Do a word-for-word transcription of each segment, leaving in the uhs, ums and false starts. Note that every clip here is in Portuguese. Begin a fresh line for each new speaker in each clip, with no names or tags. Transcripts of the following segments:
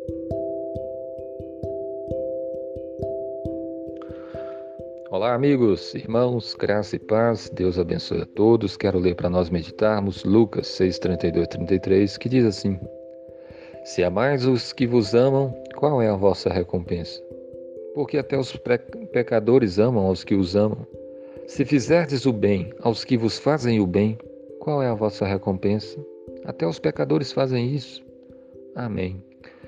Olá, amigos, irmãos, graça e paz, Deus abençoe a todos. Quero ler para nós meditarmos Lucas seis, trinta e dois e trinta e três, que diz assim: Se amais os que vos amam, qual é a vossa recompensa? Porque até os pecadores amam aos que os amam. Se fizerdes o bem aos que vos fazem o bem, qual é a vossa recompensa? Até os pecadores fazem isso. Amém.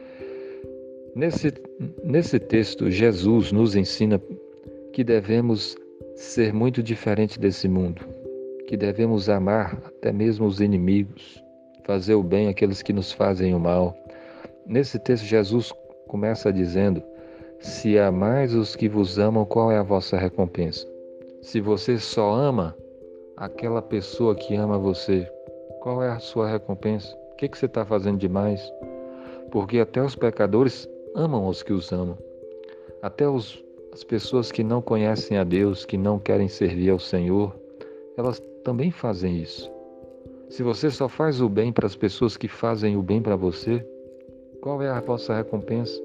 Nesse, nesse texto, Jesus nos ensina que devemos ser muito diferente desse mundo, que devemos amar até mesmo os inimigos, fazer o bem àqueles que nos fazem o mal. Nesse texto, Jesus começa dizendo: se amais os que vos amam, qual é a vossa recompensa? Se você só ama aquela pessoa que ama você, qual é a sua recompensa? O que, que você está fazendo demais? Porque até os pecadores amam os que os amam. Até os, as pessoas que não conhecem a Deus, que não querem servir ao Senhor, elas também fazem isso. Se você só faz o bem para as pessoas que fazem o bem para você, qual é a vossa recompensa?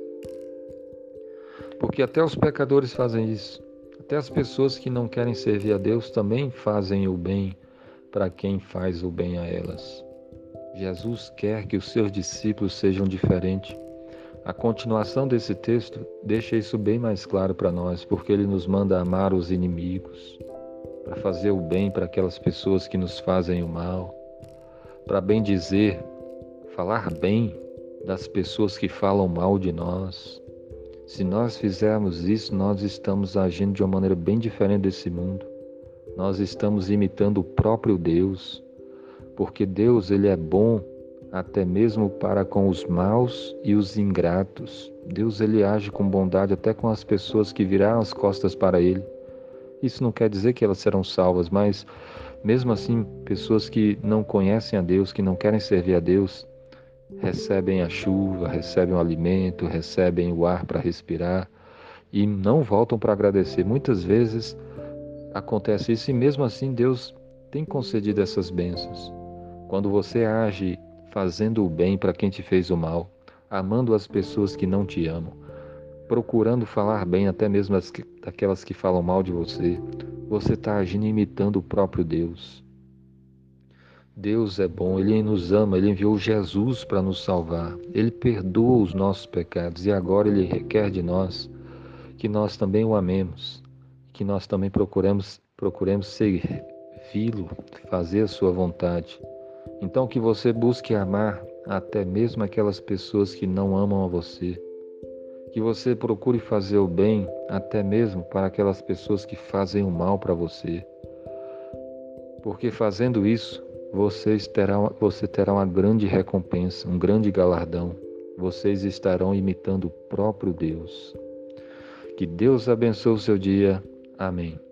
Porque até os pecadores fazem isso. Até as pessoas que não querem servir a Deus também fazem o bem para quem faz o bem a elas. Jesus quer que os seus discípulos sejam diferentes. A continuação desse texto deixa isso bem mais claro para nós, porque ele nos manda amar os inimigos, para fazer o bem para aquelas pessoas que nos fazem o mal, para bem dizer, falar bem das pessoas que falam mal de nós. Se nós fizermos isso, nós estamos agindo de uma maneira bem diferente desse mundo. Nós estamos imitando o próprio Deus, porque Deus, ele é bom até mesmo para com os maus e os ingratos. Deus, ele age com bondade até com as pessoas que viraram as costas para ele. Isso não quer dizer que elas serão salvas, mas mesmo assim, pessoas que não conhecem a Deus, que não querem servir a Deus, recebem a chuva, recebem o alimento, recebem o ar para respirar e não voltam para agradecer. Muitas vezes acontece isso e mesmo assim Deus tem concedido essas bênçãos. Quando você age fazendo o bem para quem te fez o mal, amando as pessoas que não te amam, procurando falar bem até mesmo as que, daquelas que falam mal de você, você está agindo imitando o próprio Deus. Deus é bom, Ele nos ama, Ele enviou Jesus para nos salvar, Ele perdoa os nossos pecados e agora Ele requer de nós que nós também o amemos, que nós também procuremos, procuremos servi-lo, fazer a sua vontade. Então que você busque amar até mesmo aquelas pessoas que não amam a você. Que você procure fazer o bem até mesmo para aquelas pessoas que fazem o mal para você. Porque fazendo isso, vocês terão, você terá uma grande recompensa, um grande galardão. Vocês estarão imitando o próprio Deus. Que Deus abençoe o seu dia. Amém.